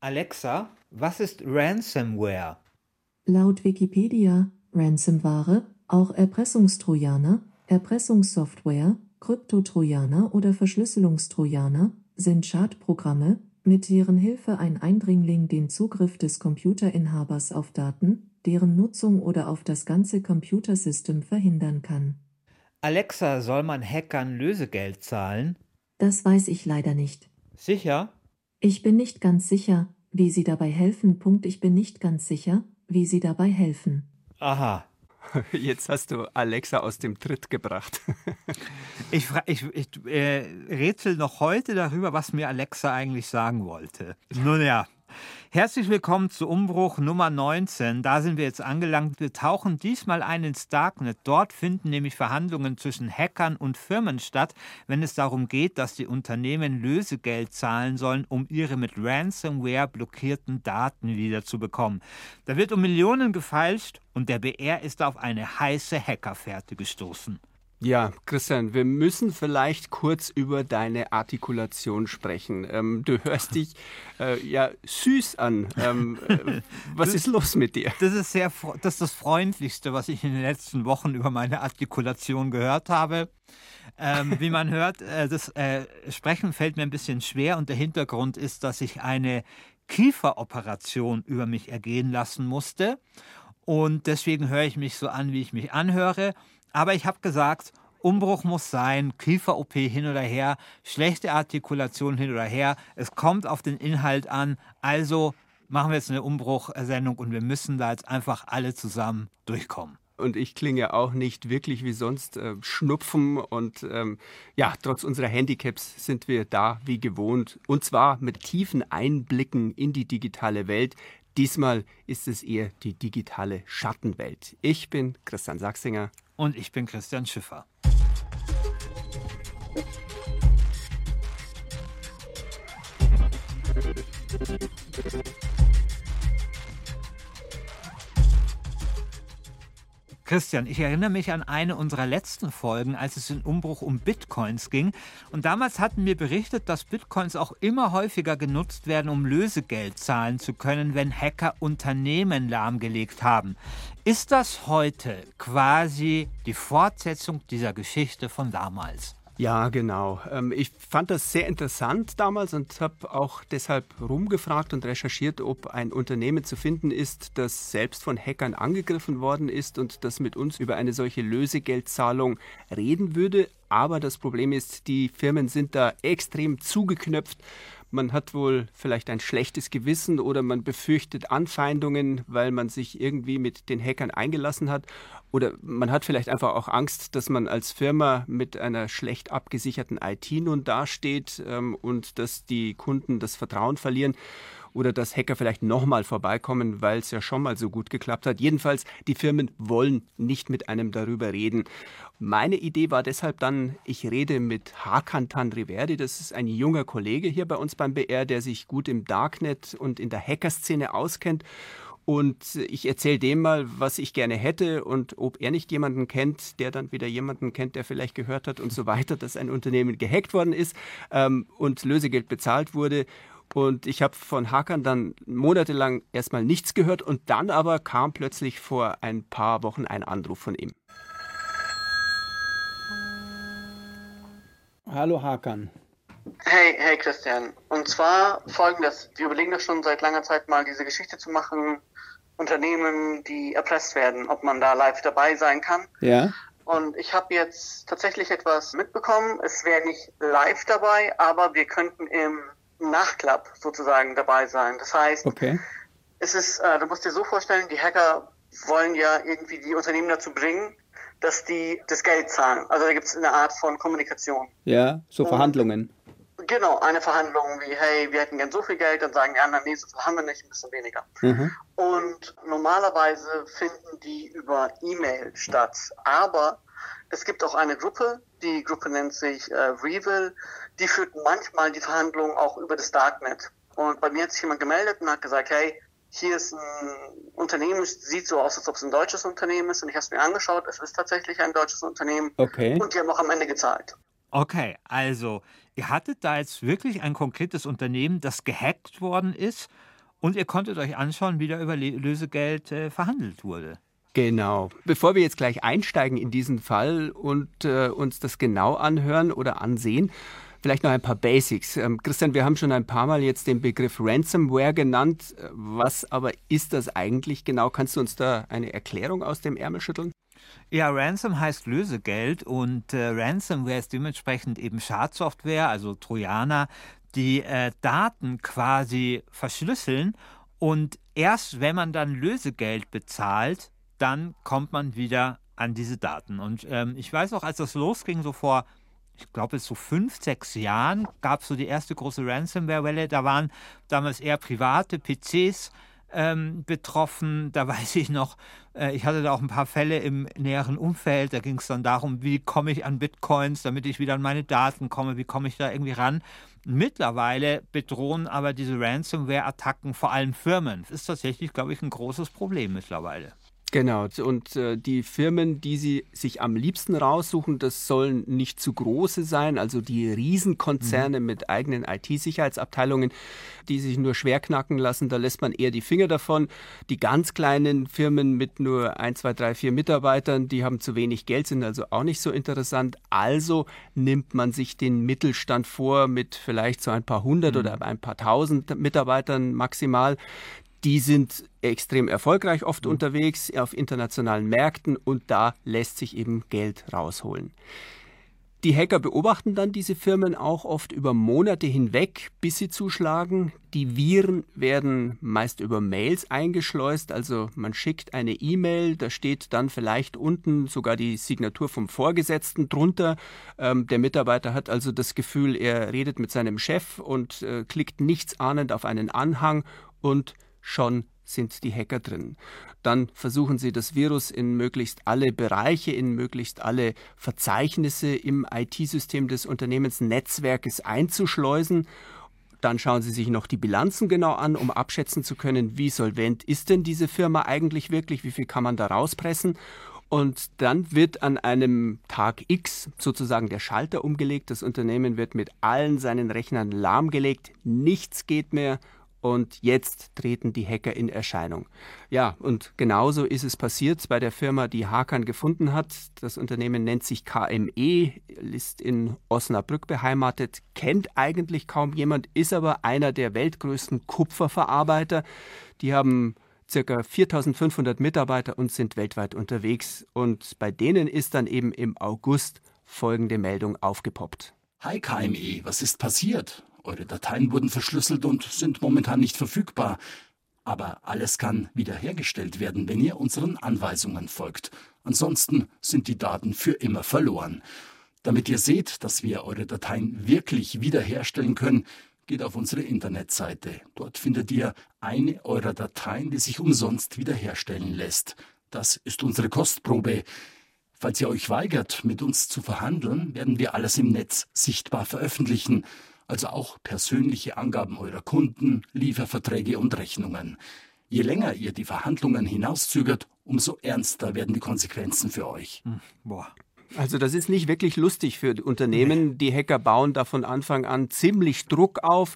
Alexa, was ist Ransomware? Laut Wikipedia, Ransomware, auch Erpressungstrojaner, Erpressungssoftware, Kryptotrojaner oder Verschlüsselungstrojaner, sind Schadprogramme, mit deren Hilfe ein Eindringling den Zugriff des Computerinhabers auf Daten, deren Nutzung oder auf das ganze Computersystem verhindern kann. Alexa, soll man Hackern Lösegeld zahlen? Das weiß ich leider nicht. Sicher? Ich bin nicht ganz sicher, wie Sie dabei helfen. Ich bin nicht ganz sicher, wie Sie dabei helfen. Aha. Jetzt hast du Alexa aus dem Tritt gebracht. Ich rätsel noch heute darüber, was mir Alexa eigentlich sagen wollte. Nun ja. Herzlich willkommen zu Umbruch Nummer 19. Da sind wir jetzt angelangt. Wir tauchen diesmal ein ins Darknet. Dort finden nämlich Verhandlungen zwischen Hackern und Firmen statt, wenn es darum geht, dass die Unternehmen Lösegeld zahlen sollen, um ihre mit Ransomware blockierten Daten wiederzubekommen. Da wird um Millionen gefeilscht und der BR ist auf eine heiße Hackerfährte gestoßen. Ja, Christian, wir müssen vielleicht kurz über deine Artikulation sprechen. Du hörst dich süß an. Was ist los mit dir? Das ist das Freundlichste, was ich in den letzten Wochen über meine Artikulation gehört habe. Wie man hört, das Sprechen fällt mir ein bisschen schwer und der Hintergrund ist, dass ich eine Kieferoperation über mich ergehen lassen musste und deswegen höre ich mich so an, wie ich mich anhöre. Aber ich habe gesagt, Umbruch muss sein, Kiefer-OP hin oder her, schlechte Artikulation hin oder her. Es kommt auf den Inhalt an. Also machen wir jetzt eine Umbruch-Sendung und wir müssen da jetzt einfach alle zusammen durchkommen. Und ich klinge auch nicht wirklich wie sonst Schnupfen. Und trotz unserer Handicaps sind wir da wie gewohnt. Und zwar mit tiefen Einblicken in die digitale Welt. Diesmal ist es eher die digitale Schattenwelt. Ich bin Christian Sachsinger. Und ich bin Christian Schiffer. Christian, ich erinnere mich an eine unserer letzten Folgen, als es in Umbruch um Bitcoins ging. Und damals hatten wir berichtet, dass Bitcoins auch immer häufiger genutzt werden, um Lösegeld zahlen zu können, wenn Hacker Unternehmen lahmgelegt haben. Ist das heute quasi die Fortsetzung dieser Geschichte von damals? Ja, genau. Ich fand das sehr interessant damals und habe auch deshalb rumgefragt und recherchiert, ob ein Unternehmen zu finden ist, das selbst von Hackern angegriffen worden ist und das mit uns über eine solche Lösegeldzahlung reden würde. Aber das Problem ist, die Firmen sind da extrem zugeknöpft. Man hat wohl vielleicht ein schlechtes Gewissen oder man befürchtet Anfeindungen, weil man sich irgendwie mit den Hackern eingelassen hat. Oder man hat vielleicht einfach auch Angst, dass man als Firma mit einer schlecht abgesicherten IT nun dasteht und dass die Kunden das Vertrauen verlieren. Oder dass Hacker vielleicht nochmal vorbeikommen, weil es ja schon mal so gut geklappt hat. Jedenfalls, die Firmen wollen nicht mit einem darüber reden. Meine Idee war deshalb dann, ich rede mit Hakan Tanriverdi, das ist ein junger Kollege hier bei uns beim BR, der sich gut im Darknet und in der Hackerszene auskennt. Und ich erzähle dem mal, was ich gerne hätte und ob er nicht jemanden kennt, der dann wieder jemanden kennt, der vielleicht gehört hat und so weiter, dass ein Unternehmen gehackt worden ist und Lösegeld bezahlt wurde. Und ich habe von Hakan dann monatelang erstmal nichts gehört und dann aber kam plötzlich vor ein paar Wochen ein Anruf von ihm. Hallo Hakan. Hey Christian. Und zwar folgendes. Wir überlegen das schon seit langer Zeit mal, diese Geschichte zu machen. Unternehmen, die erpresst werden, ob man da live dabei sein kann. Ja. Und ich habe jetzt tatsächlich etwas mitbekommen. Es wäre nicht live dabei, aber wir könnten im Nachklapp sozusagen dabei sein. Das heißt, es ist, du musst dir so vorstellen, die Hacker wollen ja irgendwie die Unternehmen dazu bringen, dass die das Geld zahlen. Also da gibt es eine Art von Kommunikation. Ja, so Verhandlungen. Genau, eine Verhandlung wie, hey, wir hätten gern so viel Geld, dann sagen die anderen, nee, so viel haben wir nicht, ein bisschen weniger. Mhm. Und normalerweise finden die über E-Mail statt. Aber es gibt auch eine Gruppe, die Gruppe nennt sich Revil, die führt manchmal die Verhandlungen auch über das Darknet. Und bei mir hat sich jemand gemeldet und hat gesagt, hey, hier ist ein Unternehmen, es sieht so aus, als ob es ein deutsches Unternehmen ist. Und ich habe es mir angeschaut, es ist tatsächlich ein deutsches Unternehmen. Okay. Und die haben auch am Ende gezahlt. Okay, also ihr hattet da jetzt wirklich ein konkretes Unternehmen, das gehackt worden ist Und ihr konntet euch anschauen, wie da über Lösegeld verhandelt wurde. Genau. Bevor wir jetzt gleich einsteigen in diesen Fall und uns das genau anhören oder ansehen, vielleicht noch ein paar Basics. Christian, wir haben schon ein paar Mal jetzt den Begriff Ransomware genannt. Was aber ist das eigentlich genau? Kannst du uns da eine Erklärung aus dem Ärmel schütteln? Ja, Ransom heißt Lösegeld und Ransomware ist dementsprechend eben Schadsoftware, also Trojaner, die Daten quasi verschlüsseln und erst wenn man dann Lösegeld bezahlt, dann kommt man wieder an diese Daten. Und ich weiß auch, als das losging, so vor, ich glaube, so 5, 6 Jahren, gab es so die erste große Ransomware-Welle. Da waren damals eher private PCs betroffen. Da weiß ich noch, ich hatte da auch ein paar Fälle im näheren Umfeld. Da ging es dann darum, wie komme ich an Bitcoins, damit ich wieder an meine Daten komme, wie komme ich da irgendwie ran. Mittlerweile bedrohen aber diese Ransomware-Attacken vor allem Firmen. Das ist tatsächlich, glaube ich, ein großes Problem mittlerweile. Genau, und die Firmen, die sie sich am liebsten raussuchen, das sollen nicht zu große sein, also die Riesenkonzerne mit eigenen IT-Sicherheitsabteilungen, die sich nur schwer knacken lassen, da lässt man eher die Finger davon. Die ganz kleinen Firmen mit nur 1, 2, 3, 4 Mitarbeitern, die haben zu wenig Geld, sind also auch nicht so interessant. Also nimmt man sich den Mittelstand vor mit vielleicht so ein paar hundert oder ein paar tausend Mitarbeitern maximal. Die sind extrem erfolgreich oft unterwegs auf internationalen Märkten und da lässt sich eben Geld rausholen. Die Hacker beobachten dann diese Firmen auch oft über Monate hinweg, bis sie zuschlagen. Die Viren werden meist über Mails eingeschleust, also man schickt eine E-Mail, da steht dann vielleicht unten sogar die Signatur vom Vorgesetzten drunter. Der Mitarbeiter hat also das Gefühl, er redet mit seinem Chef und klickt nichtsahnend auf einen Anhang und schon sind die Hacker drin. Dann versuchen sie das Virus in möglichst alle Bereiche, in möglichst alle Verzeichnisse im IT-System des Unternehmensnetzwerkes einzuschleusen. Dann schauen sie sich noch die Bilanzen genau an, um abschätzen zu können, wie solvent ist denn diese Firma eigentlich wirklich, wie viel kann man da rauspressen. Und dann wird an einem Tag X sozusagen der Schalter umgelegt, das Unternehmen wird mit allen seinen Rechnern lahmgelegt, nichts geht mehr. Und jetzt treten die Hacker in Erscheinung. Ja, und genauso ist es passiert bei der Firma, die Hakan gefunden hat. Das Unternehmen nennt sich KME, ist in Osnabrück beheimatet, kennt eigentlich kaum jemand, ist aber einer der weltgrößten Kupferverarbeiter. Die haben ca. 4.500 Mitarbeiter und sind weltweit unterwegs. Und bei denen ist dann eben im August folgende Meldung aufgepoppt. Hi KME, was ist passiert? Eure Dateien wurden verschlüsselt und sind momentan nicht verfügbar. Aber alles kann wiederhergestellt werden, wenn ihr unseren Anweisungen folgt. Ansonsten sind die Daten für immer verloren. Damit ihr seht, dass wir eure Dateien wirklich wiederherstellen können, geht auf unsere Internetseite. Dort findet ihr eine eurer Dateien, die sich umsonst wiederherstellen lässt. Das ist unsere Kostprobe. Falls ihr euch weigert, mit uns zu verhandeln, werden wir alles im Netz sichtbar veröffentlichen. Also auch persönliche Angaben eurer Kunden, Lieferverträge und Rechnungen. Je länger ihr die Verhandlungen hinauszögert, umso ernster werden die Konsequenzen für euch. Boah. Also das ist nicht wirklich lustig für die Unternehmen. Die Hacker bauen da von Anfang an ziemlich Druck auf.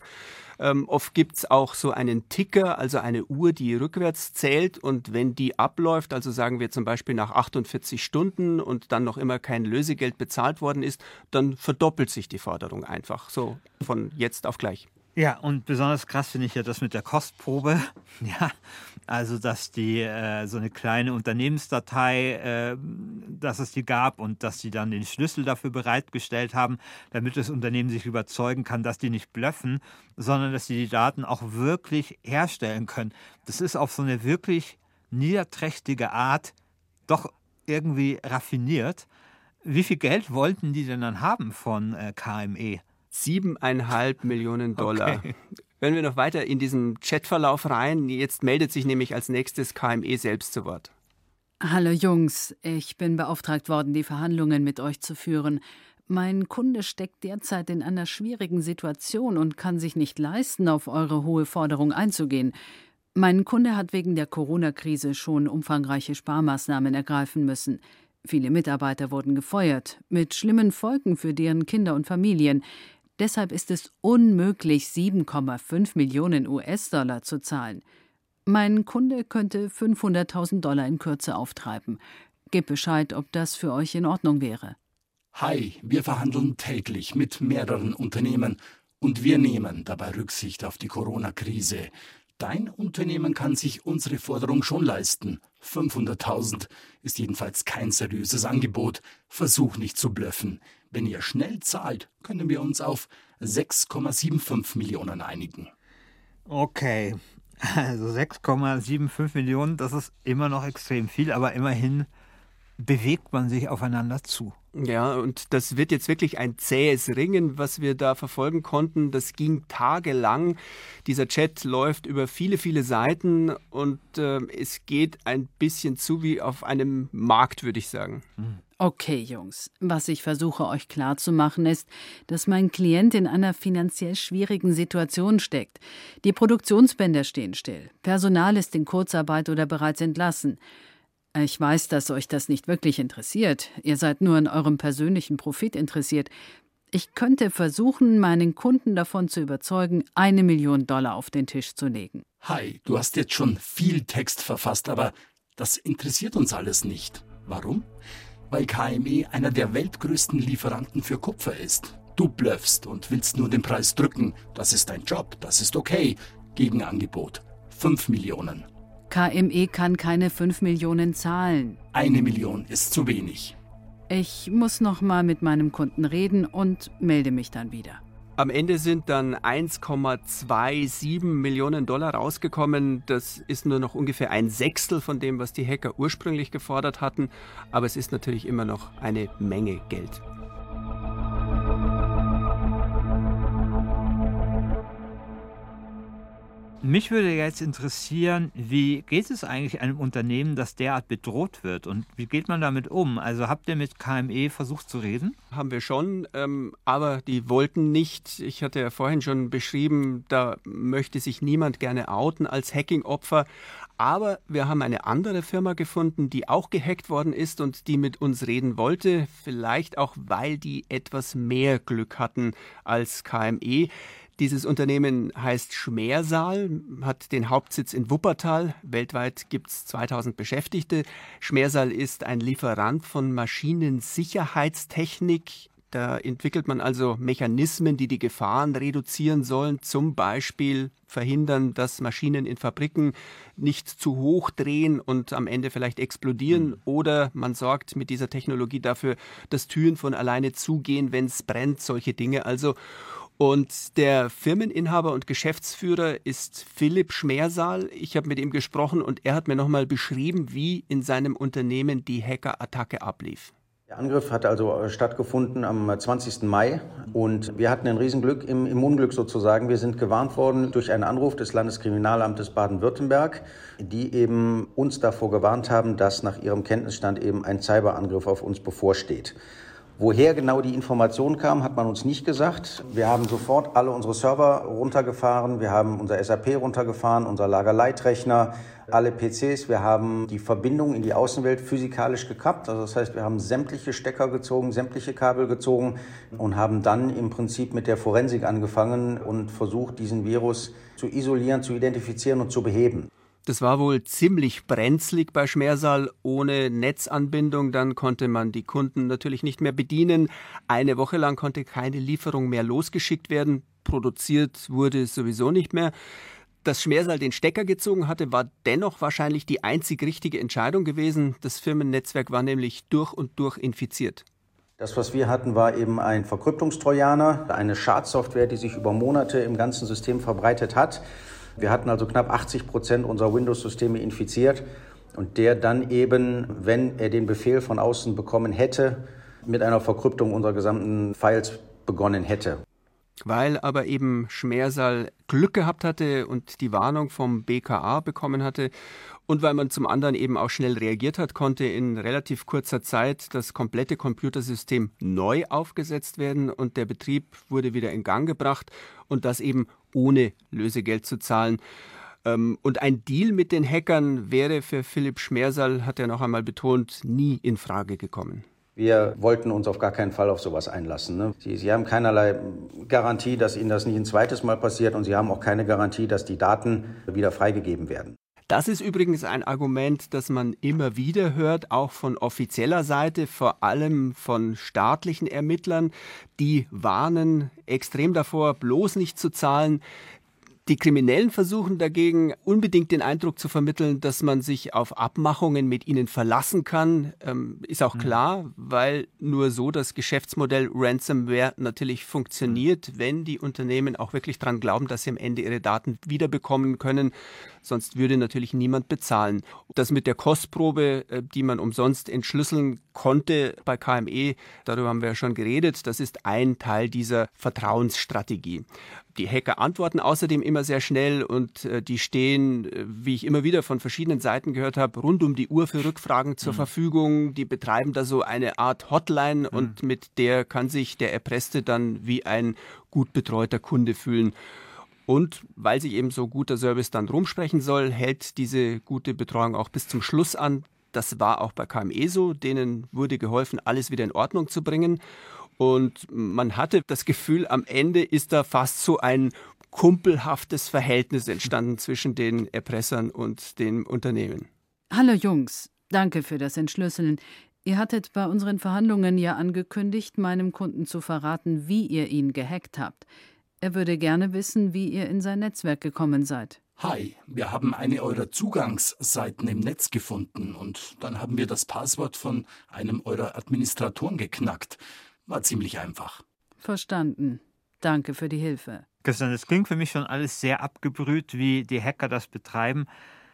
Oft gibt es auch so einen Ticker, also eine Uhr, die rückwärts zählt. Und wenn die abläuft, also sagen wir zum Beispiel nach 48 Stunden und dann noch immer kein Lösegeld bezahlt worden ist, dann verdoppelt sich die Forderung einfach so von jetzt auf gleich. Ja, und besonders krass finde ich ja das mit der Kostprobe. Ja, also dass die so eine kleine Unternehmensdatei, dass es die gab und dass sie dann den Schlüssel dafür bereitgestellt haben, damit das Unternehmen sich überzeugen kann, dass die nicht bluffen, sondern dass sie die Daten auch wirklich herstellen können. Das ist auf so eine wirklich niederträchtige Art doch irgendwie raffiniert. Wie viel Geld wollten die denn dann haben von KME? 7,5 Millionen Dollar. Okay. Wenn wir noch weiter in diesen Chatverlauf rein, jetzt meldet sich nämlich als nächstes KME selbst zu Wort. Hallo Jungs, ich bin beauftragt worden, die Verhandlungen mit euch zu führen. Mein Kunde steckt derzeit in einer schwierigen Situation und kann sich nicht leisten, auf eure hohe Forderung einzugehen. Mein Kunde hat wegen der Corona-Krise schon umfangreiche Sparmaßnahmen ergreifen müssen. Viele Mitarbeiter wurden gefeuert, mit schlimmen Folgen für deren Kinder und Familien. Deshalb ist es unmöglich, 7,5 Millionen US-Dollar zu zahlen. Mein Kunde könnte $500.000 in Kürze auftreiben. Gebt Bescheid, ob das für euch in Ordnung wäre. Hi, wir verhandeln täglich mit mehreren Unternehmen und wir nehmen dabei Rücksicht auf die Corona-Krise. Dein Unternehmen kann sich unsere Forderung schon leisten. 500.000 ist jedenfalls kein seriöses Angebot. Versuch nicht zu blöffen. Wenn ihr schnell zahlt, können wir uns auf 6,75 Millionen einigen. Okay, also 6,75 Millionen, das ist immer noch extrem viel, aber immerhin bewegt man sich aufeinander zu. Ja, und das wird jetzt wirklich ein zähes Ringen, was wir da verfolgen konnten. Das ging tagelang. Dieser Chat läuft über viele, viele Seiten und es geht ein bisschen zu wie auf einem Markt, würde ich sagen. Okay, Jungs, was ich versuche euch klarzumachen ist, dass mein Klient in einer finanziell schwierigen Situation steckt. Die Produktionsbänder stehen still, Personal ist in Kurzarbeit oder bereits entlassen. Ich weiß, dass euch das nicht wirklich interessiert. Ihr seid nur an eurem persönlichen Profit interessiert. Ich könnte versuchen, meinen Kunden davon zu überzeugen, $1 Million auf den Tisch zu legen. Hi, du hast jetzt schon viel Text verfasst, aber das interessiert uns alles nicht. Warum? Weil KME einer der weltgrößten Lieferanten für Kupfer ist. Du bluffst und willst nur den Preis drücken. Das ist dein Job, das ist okay. Gegenangebot 5 Millionen. KME kann keine 5 Millionen zahlen. 1 Million ist zu wenig. Ich muss noch mal mit meinem Kunden reden und melde mich dann wieder. Am Ende sind dann 1,27 Millionen Dollar rausgekommen. Das ist nur noch ungefähr ein Sechstel von dem, was die Hacker ursprünglich gefordert hatten. Aber es ist natürlich immer noch eine Menge Geld. Mich würde jetzt interessieren, wie geht es eigentlich einem Unternehmen, das derart bedroht wird und wie geht man damit um? Also habt ihr mit KME versucht zu reden? Haben wir schon, aber die wollten nicht. Ich hatte ja vorhin schon beschrieben, da möchte sich niemand gerne outen als Hacking-Opfer. Aber wir haben eine andere Firma gefunden, die auch gehackt worden ist und die mit uns reden wollte. Vielleicht auch, weil die etwas mehr Glück hatten als KME. Dieses Unternehmen heißt Schmersal, hat den Hauptsitz in Wuppertal. Weltweit gibt es 2000 Beschäftigte. Schmersal ist ein Lieferant von Maschinensicherheitstechnik. Da entwickelt man also Mechanismen, die die Gefahren reduzieren sollen. Zum Beispiel verhindern, dass Maschinen in Fabriken nicht zu hoch drehen und am Ende vielleicht explodieren. Oder man sorgt mit dieser Technologie dafür, dass Türen von alleine zugehen, wenn es brennt, solche Dinge also. Und der Firmeninhaber und Geschäftsführer ist Philipp Schmersal. Ich habe mit ihm gesprochen und er hat mir nochmal beschrieben, wie in seinem Unternehmen die Hackerattacke ablief. Der Angriff hat also stattgefunden am 20. Mai und wir hatten ein Riesenglück im Unglück sozusagen. Wir sind gewarnt worden durch einen Anruf des Landeskriminalamtes Baden-Württemberg, die eben uns davor gewarnt haben, dass nach ihrem Kenntnisstand eben ein Cyberangriff auf uns bevorsteht. Woher genau die Information kam, hat man uns nicht gesagt. Wir haben sofort alle unsere Server runtergefahren, wir haben unser SAP runtergefahren, unser Lagerleitrechner, alle PCs. Wir haben die Verbindung in die Außenwelt physikalisch gekappt. Also das heißt, wir haben sämtliche Stecker gezogen, sämtliche Kabel gezogen und haben dann im Prinzip mit der Forensik angefangen und versucht, diesen Virus zu isolieren, zu identifizieren und zu beheben. Das war wohl ziemlich brenzlig bei Schmersal. Ohne Netzanbindung, dann konnte man die Kunden natürlich nicht mehr bedienen. Eine Woche lang konnte keine Lieferung mehr losgeschickt werden. Produziert wurde sowieso nicht mehr. Dass Schmersal den Stecker gezogen hatte, war dennoch wahrscheinlich die einzig richtige Entscheidung gewesen. Das Firmennetzwerk war nämlich durch und durch infiziert. Das, was wir hatten, war eben ein Verkryptungstrojaner, eine Schadsoftware, die sich über Monate im ganzen System verbreitet hat. Wir hatten also knapp 80% unserer Windows-Systeme infiziert und der dann eben, wenn er den Befehl von außen bekommen hätte, mit einer Verkryptung unserer gesamten Files begonnen hätte. Weil aber eben Schmersal Glück gehabt hatte und die Warnung vom BKA bekommen hatte und weil man zum anderen eben auch schnell reagiert hat, konnte in relativ kurzer Zeit das komplette Computersystem neu aufgesetzt werden und der Betrieb wurde wieder in Gang gebracht und das eben ohne Lösegeld zu zahlen. Und ein Deal mit den Hackern wäre für Philipp Schmersal, hat er noch einmal betont, nie in Frage gekommen. Wir wollten uns auf gar keinen Fall auf sowas einlassen. Ne? Sie haben keinerlei Garantie, dass Ihnen das nicht ein zweites Mal passiert, und Sie haben auch keine Garantie, dass die Daten wieder freigegeben werden. Das ist übrigens ein Argument, das man immer wieder hört, auch von offizieller Seite, vor allem von staatlichen Ermittlern. Die warnen extrem davor, bloß nicht zu zahlen. Die Kriminellen versuchen dagegen unbedingt den Eindruck zu vermitteln, dass man sich auf Abmachungen mit ihnen verlassen kann. Ist auch klar, weil nur so das Geschäftsmodell Ransomware natürlich funktioniert, wenn die Unternehmen auch wirklich daran glauben, dass sie am Ende ihre Daten wiederbekommen können. Sonst würde natürlich niemand bezahlen. Das mit der Kostprobe, die man umsonst entschlüsseln konnte bei KME, darüber haben wir ja schon geredet, das ist ein Teil dieser Vertrauensstrategie. Die Hacker antworten außerdem immer sehr schnell und die stehen, wie ich immer wieder von verschiedenen Seiten gehört habe, rund um die Uhr für Rückfragen zur Verfügung. Die betreiben da so eine Art Hotline und mit der kann sich der Erpresste dann wie ein gut betreuter Kunde fühlen. Und weil sich eben so guter Service dann rumsprechen soll, hält diese gute Betreuung auch bis zum Schluss an. Das war auch bei KME so. Denen wurde geholfen, alles wieder in Ordnung zu bringen. Und man hatte das Gefühl, am Ende ist da fast so ein kumpelhaftes Verhältnis entstanden zwischen den Erpressern und dem Unternehmen. Hallo Jungs, danke für das Entschlüsseln. Ihr hattet bei unseren Verhandlungen ja angekündigt, meinem Kunden zu verraten, wie ihr ihn gehackt habt. Er würde gerne wissen, wie ihr in sein Netzwerk gekommen seid. Hi, wir haben eine eurer Zugangsseiten im Netz gefunden und dann haben wir das Passwort von einem eurer Administratoren geknackt. War ziemlich einfach. Verstanden. Danke für die Hilfe. Christian, das klingt für mich schon alles sehr abgebrüht, wie die Hacker das betreiben.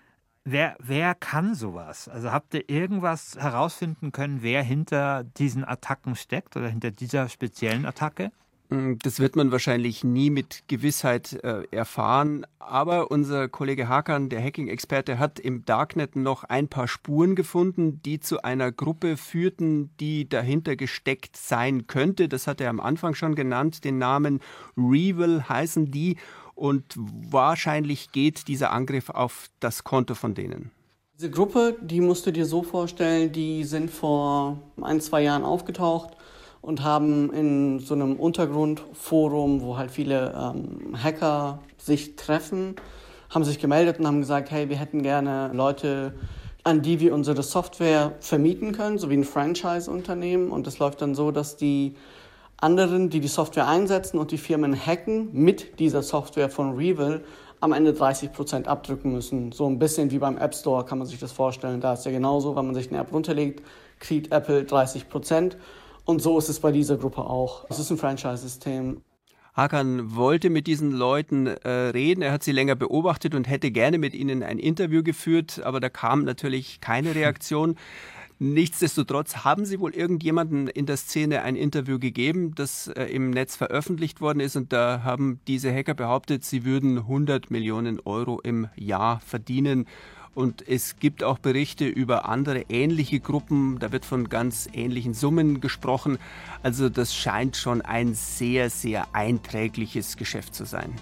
Wer kann sowas? Also habt ihr irgendwas herausfinden können, wer hinter diesen Attacken steckt oder hinter dieser speziellen Attacke? Das wird man wahrscheinlich nie mit Gewissheit erfahren. Aber unser Kollege Hakan, der Hacking-Experte, hat im Darknet noch ein paar Spuren gefunden, die zu einer Gruppe führten, die dahinter gesteckt sein könnte. Das hat er am Anfang schon genannt. Den Namen REvil heißen die. Und wahrscheinlich geht dieser Angriff auf das Konto von denen. Diese Gruppe, die musst du dir so vorstellen, die sind vor 1-2 Jahren aufgetaucht und haben in so einem Untergrundforum, wo halt viele Hacker sich treffen, haben sich gemeldet und haben gesagt, hey, wir hätten gerne Leute, an die wir unsere Software vermieten können, so wie ein Franchise-Unternehmen. Und das läuft dann so, dass die anderen, die Software einsetzen und die Firmen hacken, mit dieser Software von REvil am Ende 30% abdrücken müssen. So ein bisschen wie beim App Store kann man sich das vorstellen. Da ist ja genauso, wenn man sich eine App runterlegt, kriegt Apple 30%. Und so ist es bei dieser Gruppe auch. Es ist ein Franchise-System. Hakan wollte mit diesen Leuten reden. Er hat sie länger beobachtet und hätte gerne mit ihnen ein Interview geführt, aber da kam natürlich keine Reaktion. Nichtsdestotrotz haben sie wohl irgendjemanden in der Szene ein Interview gegeben, das im Netz veröffentlicht worden ist. Und da haben diese Hacker behauptet, sie würden 100 Millionen Euro im Jahr verdienen. Und es gibt auch Berichte über andere ähnliche Gruppen. Da wird von ganz ähnlichen Summen gesprochen. Also das scheint schon ein sehr, sehr einträgliches Geschäft zu sein.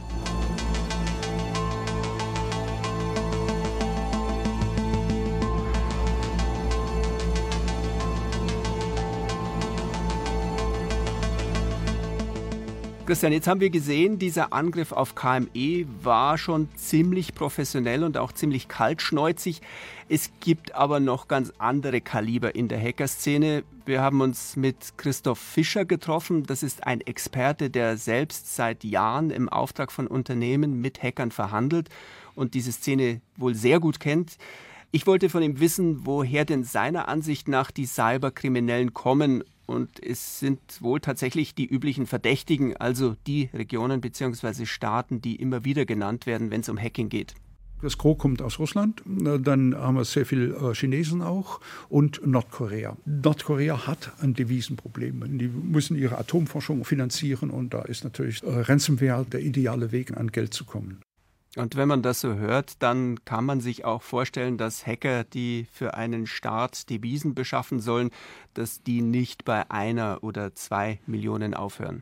Christian, jetzt haben wir gesehen, dieser Angriff auf KME war schon ziemlich professionell und auch ziemlich kaltschnäuzig. Es gibt aber noch ganz andere Kaliber in der Hackerszene. Wir haben uns mit Christoph Fischer getroffen. Das ist ein Experte, der selbst seit Jahren im Auftrag von Unternehmen mit Hackern verhandelt und diese Szene wohl sehr gut kennt. Ich wollte von ihm wissen, woher denn seiner Ansicht nach die Cyberkriminellen kommen. Und es sind wohl tatsächlich die üblichen Verdächtigen, also die Regionen bzw. Staaten, die immer wieder genannt werden, wenn es um Hacking geht. Das Gros kommt aus Russland, dann haben wir sehr viel Chinesen auch und Nordkorea. Nordkorea hat ein Devisenproblem. Die müssen ihre Atomforschung finanzieren und da ist natürlich Ransomware der ideale Weg, an Geld zu kommen. Und wenn man das so hört, dann kann man sich auch vorstellen, dass Hacker, die für einen Staat Devisen beschaffen sollen, dass die nicht bei 1 oder 2 Millionen aufhören.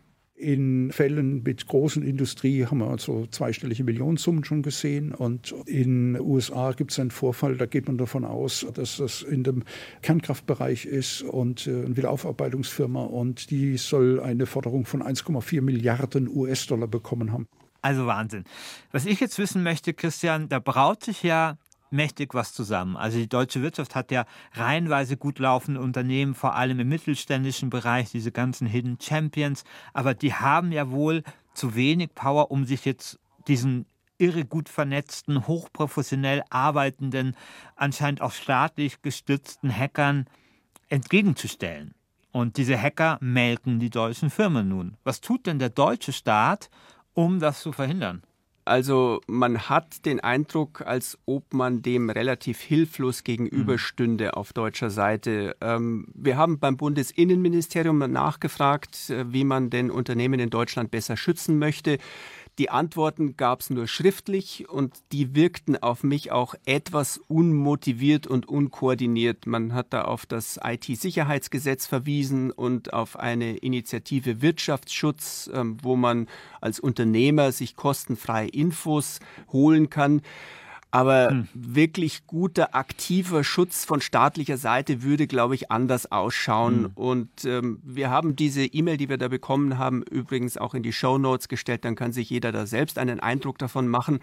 In Fällen mit großen Industrie haben wir also zweistellige Millionensummen schon gesehen. Und in den USA gibt es einen Vorfall, da geht man davon aus, dass das in dem Kernkraftbereich ist und eine Wiederaufarbeitungsfirma. Und die soll eine Forderung von 1,4 Milliarden US-Dollar bekommen haben. Also Wahnsinn. Was ich jetzt wissen möchte, Christian, da braut sich ja mächtig was zusammen. Also die deutsche Wirtschaft hat ja reihenweise gut laufende Unternehmen, vor allem im mittelständischen Bereich, diese ganzen Hidden Champions. Aber die haben ja wohl zu wenig Power, um sich jetzt diesen irre gut vernetzten, hochprofessionell arbeitenden, anscheinend auch staatlich gestützten Hackern entgegenzustellen. Und diese Hacker melken die deutschen Firmen nun. Was tut denn der deutsche Staat, um das zu verhindern? Also man hat den Eindruck, als ob man dem relativ hilflos gegenüberstünde auf deutscher Seite. Wir haben beim Bundesinnenministerium nachgefragt, wie man denn Unternehmen in Deutschland besser schützen möchte. Die Antworten gab es nur schriftlich und die wirkten auf mich auch etwas unmotiviert und unkoordiniert. Man hat da auf das IT-Sicherheitsgesetz verwiesen und auf eine Initiative Wirtschaftsschutz, wo man als Unternehmer sich kostenfrei Infos holen kann. Aber wirklich guter, aktiver Schutz von staatlicher Seite würde, glaube ich, anders ausschauen. Und wir haben diese E-Mail, die wir da bekommen haben, übrigens auch in die Shownotes gestellt. Dann kann sich jeder da selbst einen Eindruck davon machen.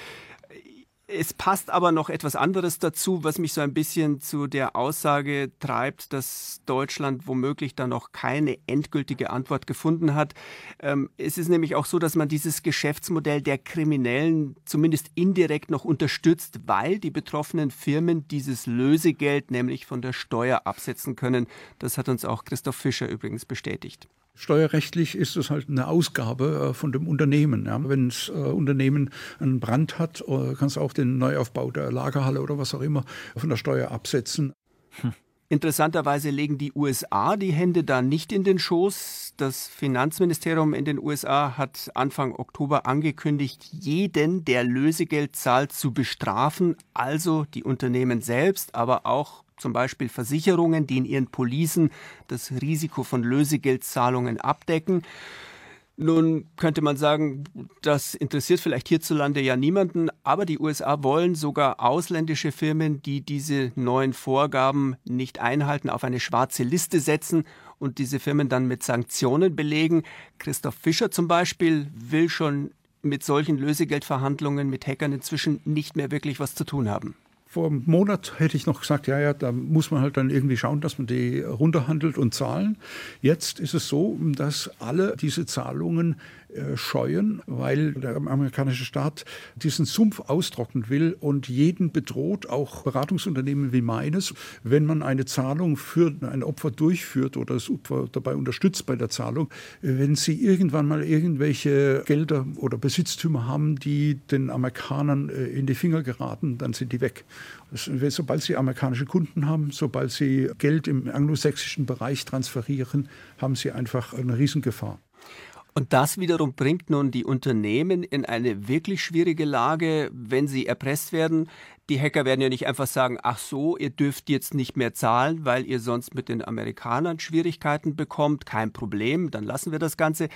Es passt aber noch etwas anderes dazu, was mich so ein bisschen zu der Aussage treibt, dass Deutschland womöglich da noch keine endgültige Antwort gefunden hat. Es ist nämlich auch so, dass man dieses Geschäftsmodell der Kriminellen zumindest indirekt noch unterstützt, weil die betroffenen Firmen dieses Lösegeld nämlich von der Steuer absetzen können. Das hat uns auch Christoph Fischer übrigens bestätigt. Steuerrechtlich ist es halt eine Ausgabe von dem Unternehmen. Ja. Wenn das Unternehmen einen Brand hat, kannst du auch den Neuaufbau der Lagerhalle oder was auch immer von der Steuer absetzen. Interessanterweise legen die USA die Hände da nicht in den Schoß. Das Finanzministerium in den USA hat Anfang Oktober angekündigt, jeden, der Lösegeld zahlt, zu bestrafen, also die Unternehmen selbst, aber auch zum Beispiel Versicherungen, die in ihren Policen das Risiko von Lösegeldzahlungen abdecken. Nun könnte man sagen, das interessiert vielleicht hierzulande ja niemanden, aber die USA wollen sogar ausländische Firmen, die diese neuen Vorgaben nicht einhalten, auf eine schwarze Liste setzen und diese Firmen dann mit Sanktionen belegen. Christoph Fischer zum Beispiel will schon mit solchen Lösegeldverhandlungen mit Hackern inzwischen nicht mehr wirklich was zu tun haben. Vor einem Monat hätte ich noch gesagt, ja, da muss man halt dann irgendwie schauen, dass man die runterhandelt und zahlen. Jetzt ist es so, dass alle diese Zahlungen scheuen, weil der amerikanische Staat diesen Sumpf austrocknen will und jeden bedroht, auch Beratungsunternehmen wie meines, wenn man eine Zahlung für ein Opfer durchführt oder das Opfer dabei unterstützt bei der Zahlung, wenn sie irgendwann mal irgendwelche Gelder oder Besitztümer haben, die den Amerikanern in die Finger geraten, dann sind die weg. Sobald sie amerikanische Kunden haben, sobald sie Geld im anglosächsischen Bereich transferieren, haben sie einfach eine Riesengefahr. Und das wiederum bringt nun die Unternehmen in eine wirklich schwierige Lage, wenn sie erpresst werden. Die Hacker werden ja nicht einfach sagen, ach so, ihr dürft jetzt nicht mehr zahlen, weil ihr sonst mit den Amerikanern Schwierigkeiten bekommt. Kein Problem, dann lassen wir das Ganze.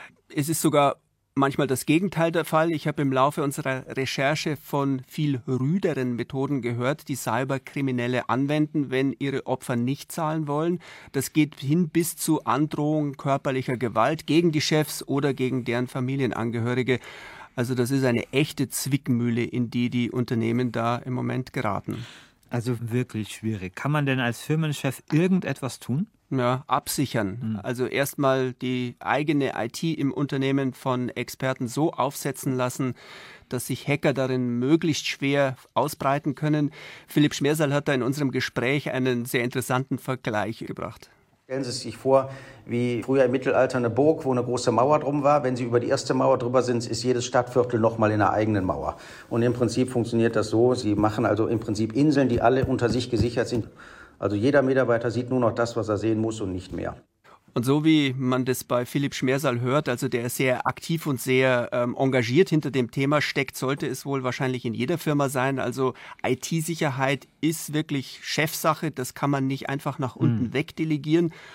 Es ist sogar manchmal das Gegenteil der Fall. Ich habe im Laufe unserer Recherche von viel rüderen Methoden gehört, die Cyberkriminelle anwenden, wenn ihre Opfer nicht zahlen wollen. Das geht hin bis zu Androhung körperlicher Gewalt gegen die Chefs oder gegen deren Familienangehörige. Also das ist eine echte Zwickmühle, in die die Unternehmen da im Moment geraten. Also wirklich schwierig. Kann man denn als Firmenchef irgendetwas tun? Ja, absichern. Also erstmal die eigene IT im Unternehmen von Experten so aufsetzen lassen, dass sich Hacker darin möglichst schwer ausbreiten können. Philipp Schmersal hat da in unserem Gespräch einen sehr interessanten Vergleich gebracht. Stellen Sie sich vor, wie früher im Mittelalter eine Burg, wo eine große Mauer drum war. Wenn Sie über die erste Mauer drüber sind, ist jedes Stadtviertel nochmal in einer eigenen Mauer. Und im Prinzip funktioniert das so. Sie machen also im Prinzip Inseln, die alle unter sich gesichert sind. Also jeder Mitarbeiter sieht nur noch das, was er sehen muss und nicht mehr. Und so wie man das bei Philipp Schmersal hört, also der ist sehr aktiv und sehr engagiert hinter dem Thema steckt, sollte es wohl wahrscheinlich in jeder Firma sein. Also IT-Sicherheit ist wirklich Chefsache, das kann man nicht einfach nach unten wegdelegieren.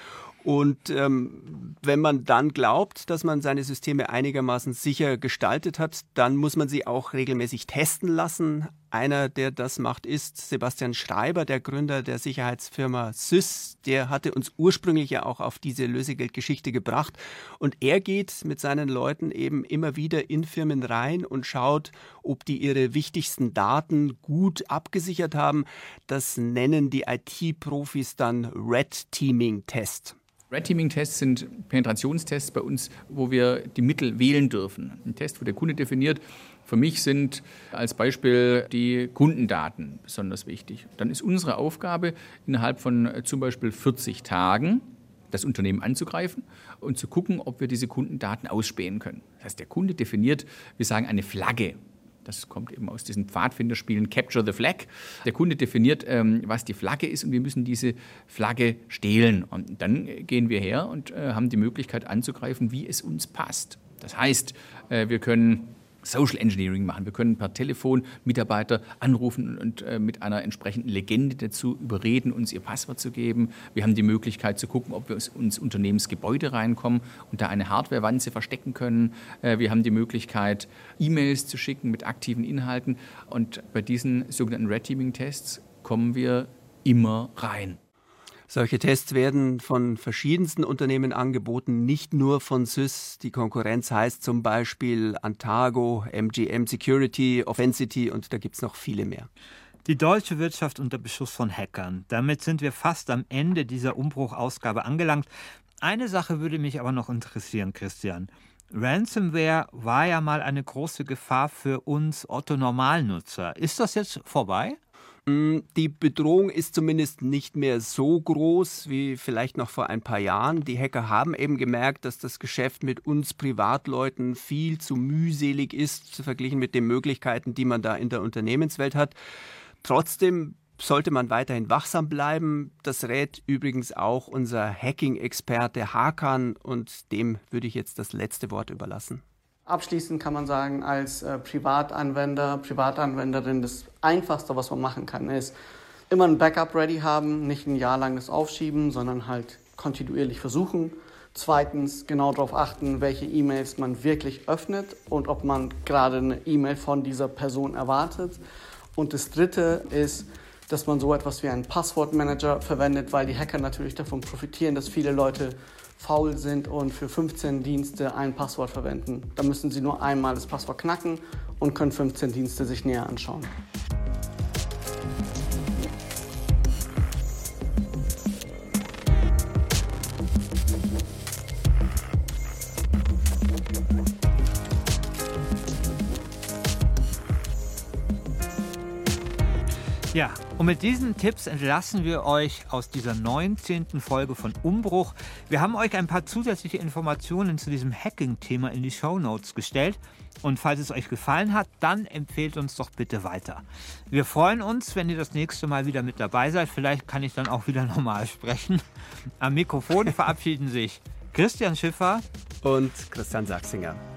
Und wenn man dann glaubt, dass man seine Systeme einigermaßen sicher gestaltet hat, dann muss man sie auch regelmäßig testen lassen. Einer, der das macht, ist Sebastian Schreiber, der Gründer der Sicherheitsfirma SYS. Der hatte uns ursprünglich ja auch auf diese Lösegeldgeschichte gebracht. Und er geht mit seinen Leuten eben immer wieder in Firmen rein und schaut, ob die ihre wichtigsten Daten gut abgesichert haben. Das nennen die IT-Profis dann Red Teaming-Test. Red Teaming-Tests sind Penetrationstests bei uns, wo wir die Mittel wählen dürfen. Ein Test, wo der Kunde definiert, für mich sind als Beispiel die Kundendaten besonders wichtig. Dann ist unsere Aufgabe, innerhalb von zum Beispiel 40 Tagen das Unternehmen anzugreifen und zu gucken, ob wir diese Kundendaten ausspähen können. Das heißt, der Kunde definiert, wir sagen, eine Flagge. Das kommt eben aus diesen Pfadfinderspielen Capture the Flag. Der Kunde definiert, was die Flagge ist und wir müssen diese Flagge stehlen. Und dann gehen wir her und haben die Möglichkeit anzugreifen, wie es uns passt. Das heißt, wir können Social Engineering machen. Wir können per Telefon Mitarbeiter anrufen und mit einer entsprechenden Legende dazu überreden, uns ihr Passwort zu geben. Wir haben die Möglichkeit zu gucken, ob wir ins Unternehmensgebäude reinkommen und da eine Hardwarewanze verstecken können. Wir haben die Möglichkeit, E-Mails zu schicken mit aktiven Inhalten. Und bei diesen sogenannten Red Teaming-Tests kommen wir immer rein. Solche Tests werden von verschiedensten Unternehmen angeboten, nicht nur von SYS. Die Konkurrenz heißt zum Beispiel Antago, MGM Security, Offensity und da gibt es noch viele mehr. Die deutsche Wirtschaft unter Beschuss von Hackern. Damit sind wir fast am Ende dieser Umbruch-Ausgabe angelangt. Eine Sache würde mich aber noch interessieren, Christian. Ransomware war ja mal eine große Gefahr für uns Otto-Normalnutzer. Ist das jetzt vorbei? Die Bedrohung ist zumindest nicht mehr so groß wie vielleicht noch vor ein paar Jahren. Die Hacker haben eben gemerkt, dass das Geschäft mit uns Privatleuten viel zu mühselig ist, verglichen mit den Möglichkeiten, die man da in der Unternehmenswelt hat. Trotzdem sollte man weiterhin wachsam bleiben. Das rät übrigens auch unser Hacking-Experte Hakan und dem würde ich jetzt das letzte Wort überlassen. Abschließend kann man sagen, als Privatanwender, Privatanwenderin, das Einfachste, was man machen kann, ist immer ein Backup ready haben, nicht ein Jahr lang das aufschieben, sondern halt kontinuierlich versuchen. Zweitens, genau darauf achten, welche E-Mails man wirklich öffnet und ob man gerade eine E-Mail von dieser Person erwartet. Und das Dritte ist, dass man so etwas wie einen Passwortmanager verwendet, weil die Hacker natürlich davon profitieren, dass viele Leute faul sind und für 15 Dienste ein Passwort verwenden. Da müssen sie nur einmal das Passwort knacken und können 15 Dienste sich näher anschauen. Ja, und mit diesen Tipps entlassen wir euch aus dieser 19. Folge von Umbruch. Wir haben euch ein paar zusätzliche Informationen zu diesem Hacking-Thema in die Shownotes gestellt. Und falls es euch gefallen hat, dann empfehlt uns doch bitte weiter. Wir freuen uns, wenn ihr das nächste Mal wieder mit dabei seid. Vielleicht kann ich dann auch wieder normal sprechen. Am Mikrofon verabschieden sich Christian Schiffer und Christian Sachsinger.